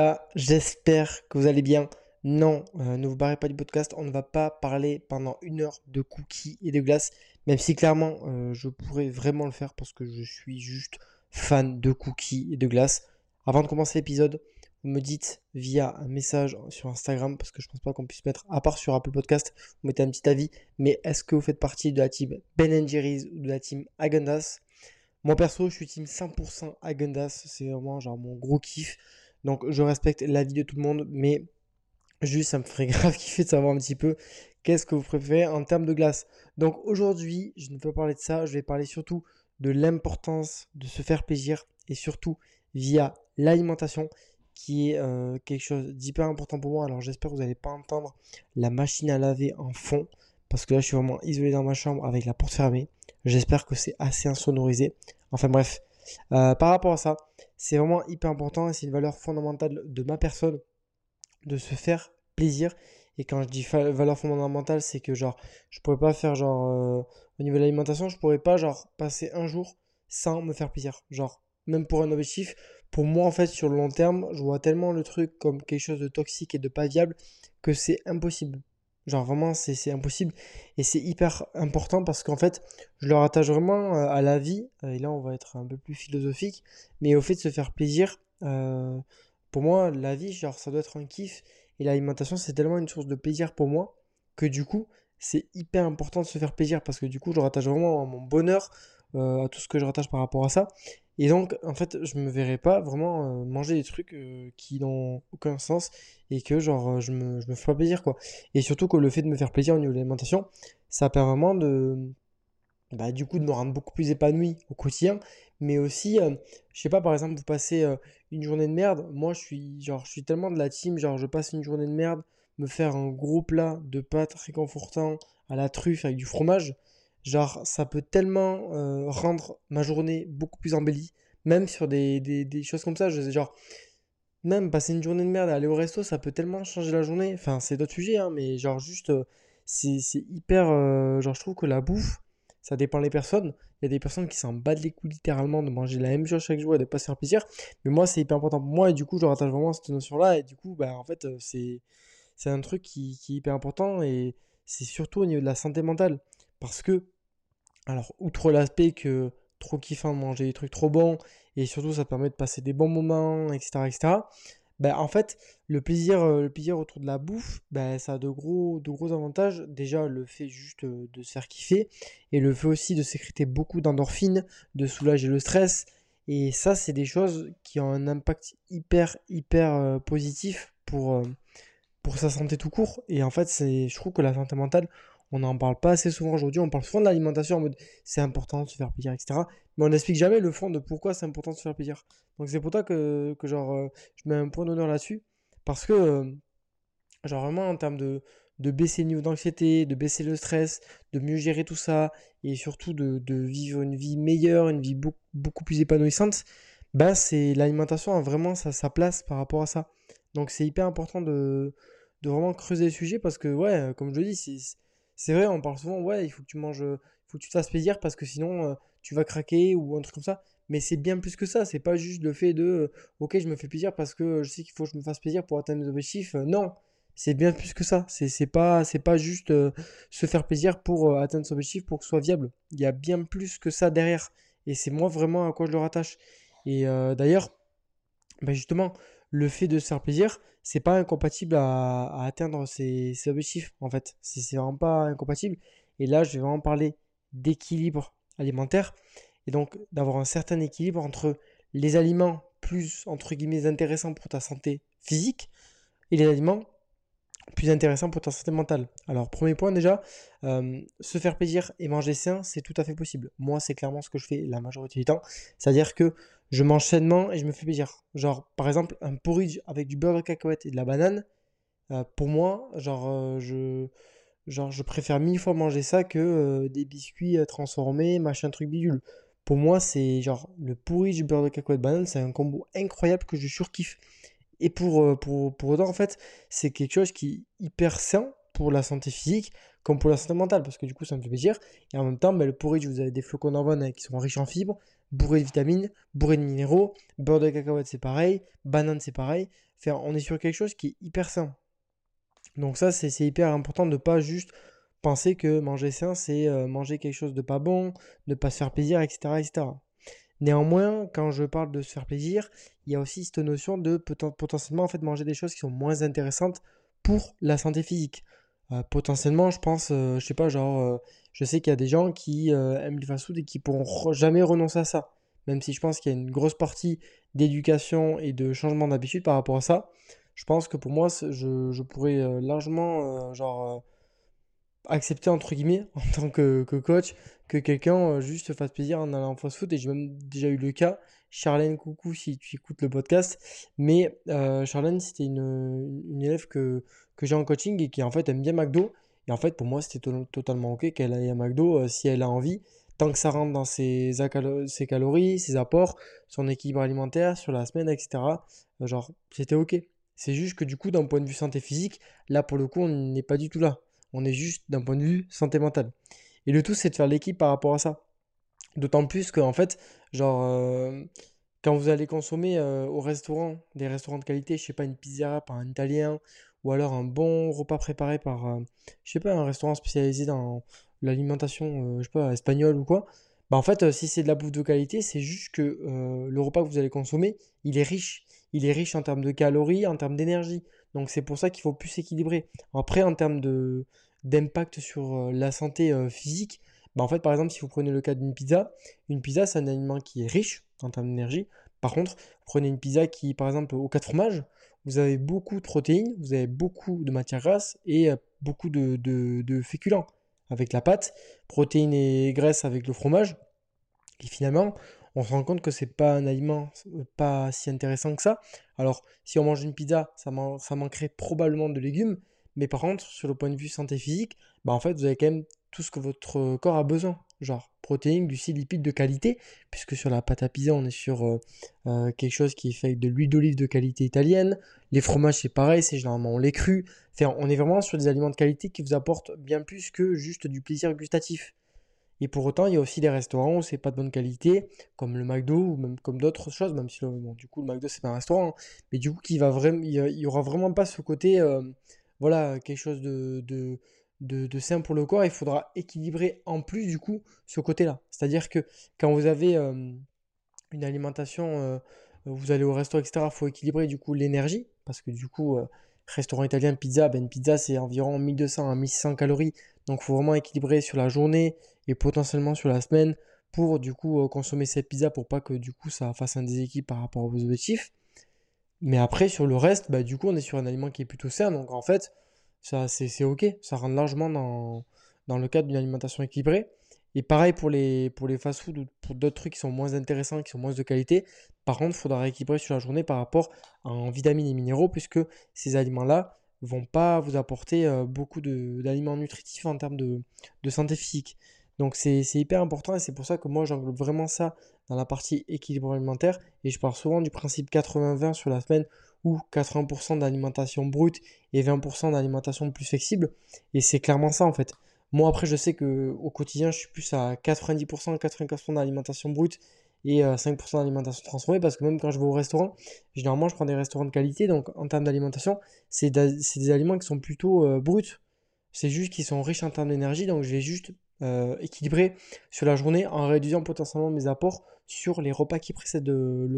gars, j'espère que vous allez bien. Non, ne vous barrez pas du podcast, on ne va pas parler pendant 1 heure de cookies et de glace, même si clairement je pourrais vraiment le faire parce que je suis juste fan de cookies et de glace. Avant de commencer l'épisode, vous me dites via un message sur Instagram, parce que je pense pas qu'on puisse mettre, à part sur Apple Podcast, vous mettez un petit avis, mais est-ce que vous faites partie de la team Ben Jerry's ou de la team Häagen-Dazs? Moi perso, je suis team 100% Häagen-Dazs, c'est vraiment genre mon gros kiff. Donc je respecte l'avis de tout le monde, mais juste ça me ferait grave kiffer de savoir un petit peu qu'est-ce que vous préférez en termes de glace. Donc aujourd'hui, je ne vais pas parler de ça, je vais parler surtout de l'importance de se faire plaisir et surtout via l'alimentation qui est quelque chose d'hyper important pour moi. Alors j'espère que vous n'allez pas entendre la machine à laver en fond parce que là je suis vraiment isolé dans ma chambre avec la porte fermée. J'espère que c'est assez insonorisé. Enfin bref, par rapport à ça, c'est vraiment hyper important et c'est une valeur fondamentale de ma personne de se faire plaisir. Et quand je dis valeur fondamentale, c'est que genre, je pourrais pas faire genre, au niveau de l'alimentation, je pourrais pas genre passer un jour sans me faire plaisir. Genre, même pour un objectif, pour moi en fait, sur le long terme, je vois tellement le truc comme quelque chose de toxique et de pas viable que c'est impossible. Genre vraiment, c'est impossible. Et c'est hyper important parce qu'en fait, je le rattache vraiment à la vie. Et là, on va être un peu plus philosophique. Mais au fait de se faire plaisir, pour moi, la vie, genre, ça doit être un kiff. Et l'alimentation, c'est tellement une source de plaisir pour moi que du coup, c'est hyper important de se faire plaisir parce que du coup, je rattache vraiment à mon bonheur, à tout ce que je rattache par rapport à ça. Et donc, en fait, je me verrais pas vraiment manger des trucs qui n'ont aucun sens et que, genre, je me fais pas plaisir, quoi. Et surtout que le fait de me faire plaisir au niveau de l'alimentation, ça permet vraiment bah, du coup, de me rendre beaucoup plus épanoui au quotidien. Mais aussi, je sais pas, par exemple, vous passez une journée de merde. Moi, je suis tellement de la team, genre, je passe une journée de merde, me faire un gros plat de pâtes réconfortant à la truffe avec du fromage. Genre, ça peut tellement rendre ma journée beaucoup plus embellie. Même sur des choses comme ça, genre, même passer une journée de merde, aller au resto, ça peut tellement changer la journée. Enfin, c'est d'autres sujets, hein, mais genre juste, c'est hyper. Genre, je trouve que la bouffe, ça dépend des personnes. Il y a des personnes qui s'en battent les couilles littéralement de manger la même chose chaque jour et de pas se faire plaisir. Mais moi, c'est hyper important pour moi et du coup, je rattache vraiment à cette notion-là. Et du coup, bah, en fait, c'est un truc qui est hyper important et c'est surtout au niveau de la santé mentale. Parce que alors, outre l'aspect que trop kiffant de manger des trucs trop bons, et surtout ça te permet de passer des bons moments, etc., etc., bah, en fait, le plaisir autour de la bouffe, bah, ça a de gros avantages. Déjà, le fait juste de se faire kiffer, et le fait aussi de sécréter beaucoup d'endorphines, de soulager le stress. Et ça, c'est des choses qui ont un impact hyper, hyper positif pour sa santé tout court. Et en fait, je trouve que la santé mentale, on n'en parle pas assez souvent aujourd'hui. On parle souvent de l'alimentation en mode c'est important de se faire plaisir, etc. Mais on n'explique jamais le fond de pourquoi c'est important de se faire plaisir. Donc c'est pour ça que genre, je mets un point d'honneur là-dessus. Parce que, genre vraiment en termes de baisser le niveau d'anxiété, de baisser le stress, de mieux gérer tout ça, et surtout de vivre une vie meilleure, une vie beaucoup, beaucoup plus épanouissante, bah c'est l'alimentation a vraiment sa place par rapport à ça. Donc c'est hyper important de vraiment creuser le sujet parce que ouais, comme je le dis, c'est vrai, on parle souvent, ouais, il faut que tu manges, il faut que tu te fasses plaisir parce que sinon tu vas craquer ou un truc comme ça. Mais c'est bien plus que ça, c'est pas juste le fait de ok, je me fais plaisir parce que je sais qu'il faut que je me fasse plaisir pour atteindre mes objectifs. Non, c'est bien plus que ça. C'est pas juste se faire plaisir pour atteindre son objectif pour que ce soit viable. Il y a bien plus que ça derrière. Et c'est moi vraiment à quoi je le rattache. Et d'ailleurs, bah justement, le fait de se faire plaisir, c'est pas incompatible à atteindre ses objectifs, en fait. C'est vraiment pas incompatible. Et là, je vais vraiment parler d'équilibre alimentaire. Et donc, d'avoir un certain équilibre entre les aliments plus, entre guillemets, intéressants pour ta santé physique et les aliments plus intéressant pour ta santé mentale. Alors, premier point déjà, se faire plaisir et manger sain, c'est tout à fait possible. Moi, c'est clairement ce que je fais la majorité du temps. C'est-à-dire que je mange sainement et je me fais plaisir. Genre, par exemple, un porridge avec du beurre de cacahuète et de la banane, pour moi, genre, je préfère 1000 fois manger ça que des biscuits transformés, machin truc bidule. Pour moi, c'est genre le porridge beurre de cacahuète banane, c'est un combo incroyable que je surkiffe. Et pour autant, en fait, c'est quelque chose qui est hyper sain pour la santé physique comme pour la santé mentale, parce que du coup, ça me fait plaisir. Et en même temps, le porridge, vous avez des flocons d'avoine qui sont riches en fibres, bourrés de vitamines, bourrés de minéraux, beurre de cacahuète, c'est pareil, banane, c'est pareil. Enfin, on est sur quelque chose qui est hyper sain. Donc ça, c'est hyper important de ne pas juste penser que manger sain, c'est manger quelque chose de pas bon, ne pas se faire plaisir, etc., etc. Néanmoins, quand je parle de se faire plaisir, il y a aussi cette notion de potentiellement en fait manger des choses qui sont moins intéressantes pour la santé physique. Potentiellement, je pense, je sais pas, je sais qu'il y a des gens qui aiment le fast-food et qui pourront jamais renoncer à ça. Même si je pense qu'il y a une grosse partie d'éducation et de changement d'habitude par rapport à ça. Je pense que pour moi, je pourrais largement, accepter entre guillemets en tant que coach que quelqu'un juste se fasse plaisir en allant en fast-food et j'ai même déjà eu le cas. Charlène, coucou si tu écoutes le podcast, mais Charlène c'était une élève que j'ai en coaching et qui en fait aime bien McDo et en fait pour moi c'était totalement ok qu'elle aille à McDo si elle a envie tant que ça rentre dans ses calories, ses apports, son équilibre alimentaire sur la semaine, etc. Genre c'était ok. C'est juste que du coup d'un point de vue santé physique, là pour le coup on n'est pas du tout là. On est juste d'un point de vue santé mentale. Et le tout, c'est de faire l'équipe par rapport à ça. D'autant plus qu'en fait, genre, quand vous allez consommer au restaurant, des restaurants de qualité, je sais pas, une pizzeria par un italien, ou alors un bon repas préparé par, je sais pas, un restaurant spécialisé dans l'alimentation, je sais pas, espagnole ou quoi, bah en fait, si c'est de la bouffe de qualité, c'est juste que le repas que vous allez consommer, il est riche. Il est riche en termes de calories, en termes d'énergie. Donc c'est pour ça qu'il faut plus s'équilibrer. Après, en termes d'impact sur la santé physique, bah en fait, par exemple, si vous prenez le cas d'une pizza, une pizza, c'est un aliment qui est riche en termes d'énergie. Par contre, vous prenez une pizza qui, par exemple, au 4 fromages, vous avez beaucoup de protéines, vous avez beaucoup de matières grasses et beaucoup de féculents avec la pâte, protéines et graisses avec le fromage. Et finalement, on se rend compte que c'est pas un aliment pas si intéressant que ça. Alors, si on mange une pizza, ça manquerait probablement de légumes. Mais par contre, sur le point de vue santé physique, bah en fait, vous avez quand même tout ce que votre corps a besoin. Genre protéines, glucides, lipides de qualité. Puisque sur la pâte à pizza, on est sur quelque chose qui est fait avec de l'huile d'olive de qualité italienne. Les fromages, c'est pareil, c'est généralement on les cru. Enfin, on est vraiment sur des aliments de qualité qui vous apportent bien plus que juste du plaisir gustatif. Et pour autant, il y a aussi des restaurants où c'est pas de bonne qualité, comme le McDo ou même comme d'autres choses, même si bon, du coup le McDo c'est pas un restaurant, hein, mais du coup il y aura vraiment pas ce côté, voilà, quelque chose de sain pour le corps. Il faudra équilibrer en plus du coup ce côté-là. C'est-à-dire que quand vous avez une alimentation, vous allez au resto, etc., il faut équilibrer du coup l'énergie, parce que du coup, restaurant italien, pizza, ben, une pizza c'est environ 1200 à 1600 calories, donc il faut vraiment équilibrer sur la journée et potentiellement sur la semaine pour du coup consommer cette pizza pour pas que du coup ça fasse un déséquilibre par rapport aux objectifs. Mais après, sur le reste, bah, du coup, on est sur un aliment qui est plutôt sain, donc en fait, ça c'est ok, ça rentre largement dans le cadre d'une alimentation équilibrée. Et pareil pour les fast-foods ou pour d'autres trucs qui sont moins intéressants, qui sont moins de qualité. Par contre, il faudra rééquilibrer sur la journée par rapport en vitamines et minéraux, puisque ces aliments-là vont pas vous apporter beaucoup d'aliments nutritifs en termes de santé physique. Donc c'est hyper important et c'est pour ça que moi j'englobe vraiment ça dans la partie équilibre alimentaire et je pars souvent du principe 80-20 sur la semaine où 80% d'alimentation brute et 20% d'alimentation plus flexible et c'est clairement ça en fait. Moi après je sais que au quotidien je suis plus à 90%, 95% d'alimentation brute et 5% d'alimentation transformée parce que même quand je vais au restaurant, généralement je prends des restaurants de qualité donc en termes d'alimentation, c'est des aliments qui sont plutôt bruts. C'est juste qu'ils sont riches en termes d'énergie donc je vais juste équilibrer sur la journée en réduisant potentiellement mes apports sur les repas qui précèdent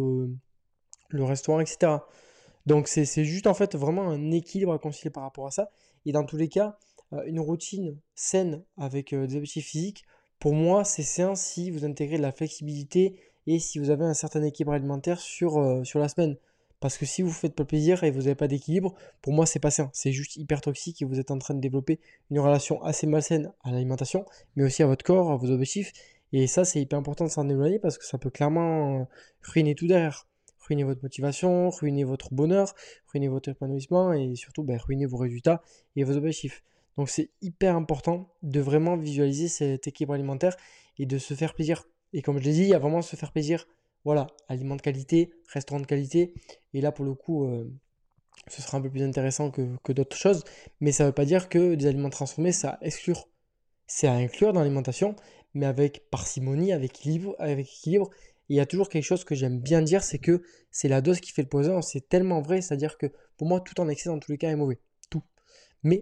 le restaurant, etc. Donc c'est juste en fait vraiment un équilibre à concilier par rapport à ça. Et dans tous les cas, une routine saine avec des objectifs physiques, pour moi, c'est sain si vous intégrez de la flexibilité et si vous avez un certain équilibre alimentaire sur la semaine. Parce que si vous ne faites pas plaisir et vous n'avez pas d'équilibre, pour moi, c'est pas sain. C'est juste hyper toxique et vous êtes en train de développer une relation assez malsaine à l'alimentation, mais aussi à votre corps, à vos objectifs. Et ça, c'est hyper important de s'en éloigner parce que ça peut clairement ruiner tout derrière. Ruiner votre motivation, ruiner votre bonheur, ruiner votre épanouissement et surtout ruiner vos résultats et vos objectifs. Donc c'est hyper important de vraiment visualiser cet équilibre alimentaire et de se faire plaisir. Et comme je l'ai dit, il y a vraiment se faire plaisir. Voilà, aliments de qualité, restaurant de qualité. Et là, pour le coup, ce sera un peu plus intéressant que d'autres choses. Mais ça ne veut pas dire que des aliments transformés, c'est à exclure. C'est à inclure dans l'alimentation, mais avec parcimonie, avec équilibre, avec équilibre. Et il y a toujours quelque chose que j'aime bien dire, c'est que c'est la dose qui fait le poison. C'est tellement vrai, c'est-à-dire que pour moi, tout en excès, dans tous les cas, est mauvais. Tout. Mais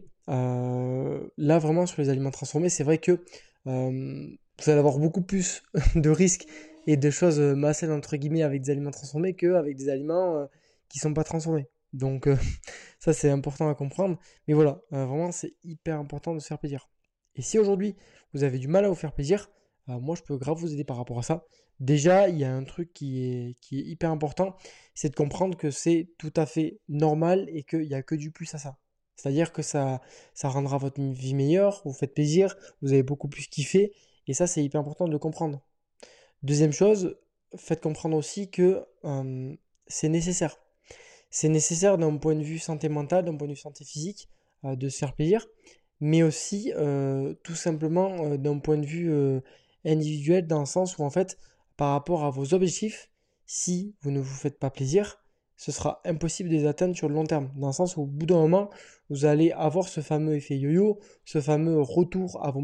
là, vraiment, sur les aliments transformés, c'est vrai que vous allez avoir beaucoup plus de risques et de choses malsaines, entre guillemets, avec des aliments transformés qu'avec des aliments qui ne sont pas transformés. Donc, ça, c'est important à comprendre. Mais voilà, vraiment, c'est hyper important de se faire plaisir. Et si aujourd'hui, vous avez du mal à vous faire plaisir, moi, je peux grave vous aider par rapport à ça. Déjà, il y a un truc qui est hyper important, c'est de comprendre que c'est tout à fait normal et qu'il n'y a que du plus à ça. C'est-à-dire que ça rendra votre vie meilleure, vous faites plaisir, vous avez beaucoup plus kiffé. Et ça, c'est hyper important de le comprendre. Deuxième chose, faites comprendre aussi que c'est nécessaire. C'est nécessaire d'un point de vue santé mentale, d'un point de vue santé physique, de se faire plaisir, mais aussi tout simplement d'un point de vue individuel, dans le sens où en fait, par rapport à vos objectifs, si vous ne vous faites pas plaisir, ce sera impossible de les atteindre sur le long terme. Dans le sens où au bout d'un moment, vous allez avoir ce fameux effet yo-yo, ce fameux retour à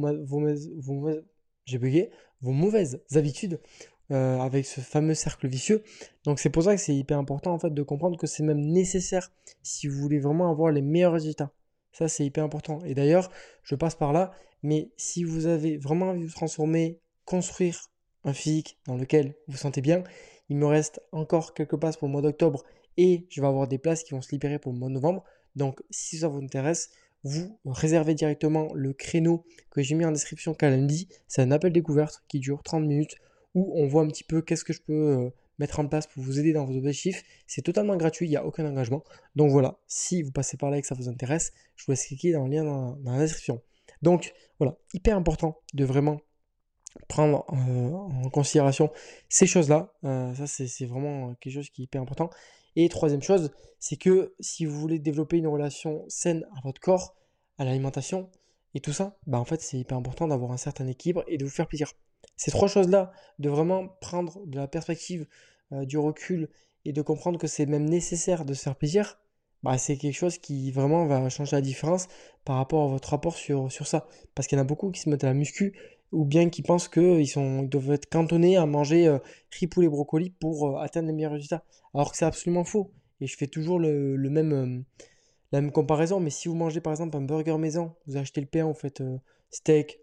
j'ai bugué, vos mauvaises habitudes avec ce fameux cercle vicieux. Donc c'est pour ça que c'est hyper important en fait de comprendre que c'est même nécessaire si vous voulez vraiment avoir les meilleurs résultats. Ça c'est hyper important. Et d'ailleurs, je passe par là, mais si vous avez vraiment envie de vous transformer, construire un physique dans lequel vous vous sentez bien, il me reste encore quelques places pour le mois d'octobre et je vais avoir des places qui vont se libérer pour le mois de novembre. Donc si ça vous intéresse, vous réservez directement le créneau que j'ai mis en description Calendly. C'est un appel découverte qui dure 30 minutes où on voit un petit peu qu'est-ce que je peux mettre en place pour vous aider dans vos objectifs. C'est totalement gratuit, il n'y a aucun engagement. Donc voilà, si vous passez par là et que ça vous intéresse, je vous laisse cliquer dans le lien dans la description. Donc voilà, hyper important de vraiment prendre en considération ces choses-là. Ça, c'est vraiment quelque chose qui est hyper important. Et troisième chose, c'est que si vous voulez développer une relation saine à votre corps, à l'alimentation et tout ça, bah en fait, c'est hyper important d'avoir un certain équilibre et de vous faire plaisir. Ces trois choses-là, de vraiment prendre de la perspective, du recul et de comprendre que c'est même nécessaire de se faire plaisir, bah, c'est quelque chose qui vraiment va changer la différence par rapport à votre rapport sur ça. Parce qu'il y en a beaucoup qui se mettent à la muscu ou bien qui pensent qu'ils doivent être cantonnés à manger riz, poulet, brocoli pour atteindre les meilleurs résultats. Alors que c'est absolument faux. Et je fais toujours le même, la même comparaison. Mais si vous mangez par exemple un burger maison, vous achetez le pain, vous faites steak,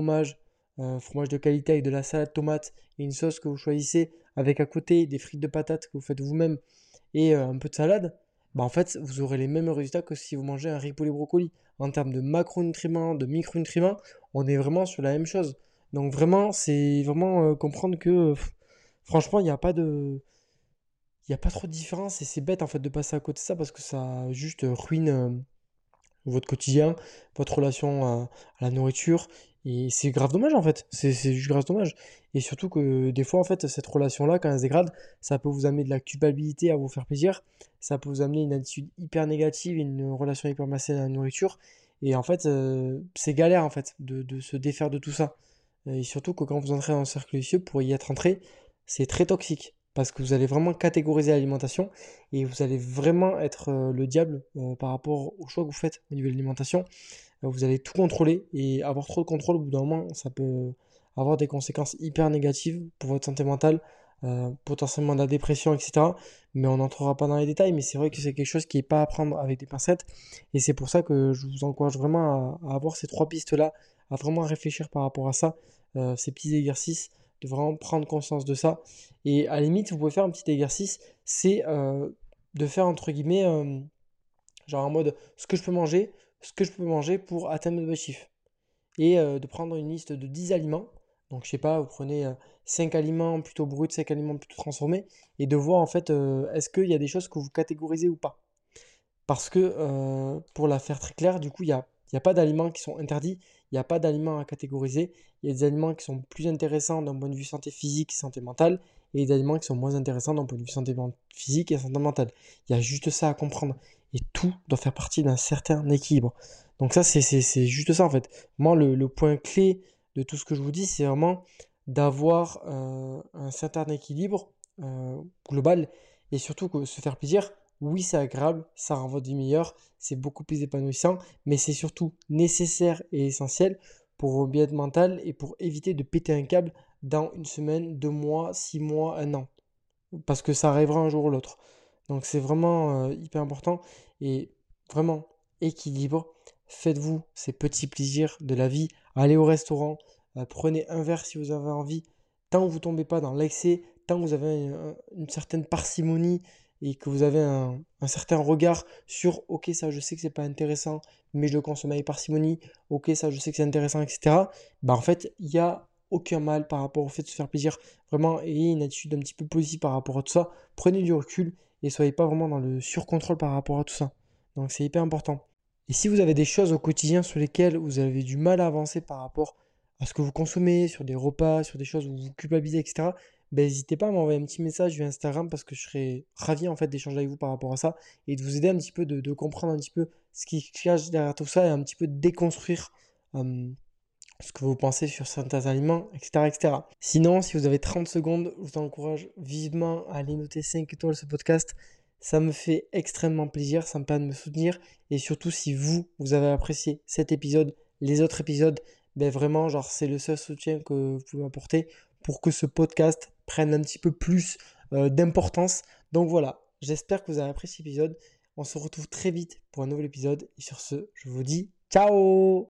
fromage de qualité avec de la salade tomate et une sauce que vous choisissez avec à côté des frites de patates que vous faites vous-même et un peu de salade, bah en fait, vous aurez les mêmes résultats que si vous mangez un riz poulet brocoli. En termes de macronutriments, de micronutriments, on est vraiment sur la même chose. Donc vraiment, c'est vraiment comprendre que franchement, il n'y a pas trop de différence et c'est bête en fait de passer à côté de ça parce que ça juste ruine votre quotidien, votre relation à la nourriture. Et c'est grave dommage en fait. C'est juste grave dommage. Et surtout que des fois, en fait, cette relation-là, quand elle se dégrade, ça peut vous amener de la culpabilité à vous faire plaisir. Ça peut vous amener une attitude hyper négative, une relation hyper malsaine à la nourriture. Et en fait, c'est galère en fait de se défaire de tout ça. Et surtout que quand vous entrez dans un cercle vicieux, pour y être entré, c'est très toxique. Parce que vous allez vraiment catégoriser l'alimentation et vous allez vraiment être le diable par rapport au choix que vous faites au niveau de l'alimentation. Vous allez tout contrôler et avoir trop de contrôle au bout d'un moment, ça peut avoir des conséquences hyper négatives pour votre santé mentale, potentiellement de la dépression, etc. Mais on n'entrera pas dans les détails, mais c'est vrai que c'est quelque chose qui n'est pas à prendre avec des pincettes et c'est pour ça que je vous encourage vraiment à avoir ces trois pistes-là, à vraiment réfléchir par rapport à ça, ces petits exercices, de vraiment prendre conscience de ça. Et à la limite, vous pouvez faire un petit exercice, c'est de faire entre guillemets, genre en mode ce que je peux manger pour atteindre mes objectifs. Et de prendre une liste de 10 aliments. Donc je sais pas, vous prenez 5 aliments plutôt bruts, 5 aliments plutôt transformés, et de voir en fait est-ce qu'il y a des choses que vous catégorisez ou pas. Parce que, pour la faire très claire, du coup, il y a pas d'aliments qui sont interdits, il n'y a pas d'aliments à catégoriser. Il y a des aliments qui sont plus intéressants d'un point de vue santé physique et santé mentale, et des aliments qui sont moins intéressants d'un point de vue physique et santé mentale. Il y a juste ça à comprendre. Et tout doit faire partie d'un certain équilibre. Donc ça, c'est juste ça en fait. Moi, le point clé de tout ce que je vous dis, c'est vraiment d'avoir un certain équilibre global et surtout que se faire plaisir Oui, c'est agréable, ça rend votre vie meilleure, c'est beaucoup plus épanouissant, mais c'est surtout nécessaire et essentiel pour votre bien-être mental et pour éviter de péter un câble dans une semaine, 2 mois, 6 mois, un an. Parce que ça arrivera un jour ou l'autre. Donc c'est vraiment hyper important et vraiment équilibre. Faites-vous ces petits plaisirs de la vie. Allez au restaurant, prenez un verre si vous avez envie. Tant que vous ne tombez pas dans l'excès, tant que vous avez une certaine parcimonie et que vous avez un certain regard sur ok, ça je sais que c'est pas intéressant, mais je le consomme avec parcimonie, ok, ça je sais que c'est intéressant, etc. Bah en fait, il n'y a aucun mal par rapport au fait de se faire plaisir. Vraiment, ayez une attitude un petit peu positive par rapport à tout ça. Prenez du recul et soyez pas vraiment dans le surcontrôle par rapport à tout ça. Donc c'est hyper important. Et si vous avez des choses au quotidien sur lesquelles vous avez du mal à avancer par rapport à ce que vous consommez, sur des repas, sur des choses où vous culpabilisez, etc., ben, n'hésitez pas à m'envoyer un petit message via Instagram parce que je serais ravi en fait d'échanger avec vous par rapport à ça et de vous aider un petit peu, de comprendre un petit peu ce qui se cache derrière tout ça et un petit peu de déconstruire euh, ce que vous pensez sur certains aliments, etc., etc. Sinon, si vous avez 30 secondes, je vous encourage vivement à aller noter 5 étoiles ce podcast. Ça me fait extrêmement plaisir, ça me permet de me soutenir. Et surtout, si vous avez apprécié cet épisode, les autres épisodes, ben vraiment, genre, c'est le seul soutien que vous pouvez m'apporter pour que ce podcast prenne un petit peu plus d'importance. Donc voilà, j'espère que vous avez apprécié cet épisode. On se retrouve très vite pour un nouvel épisode. Et sur ce, je vous dis ciao!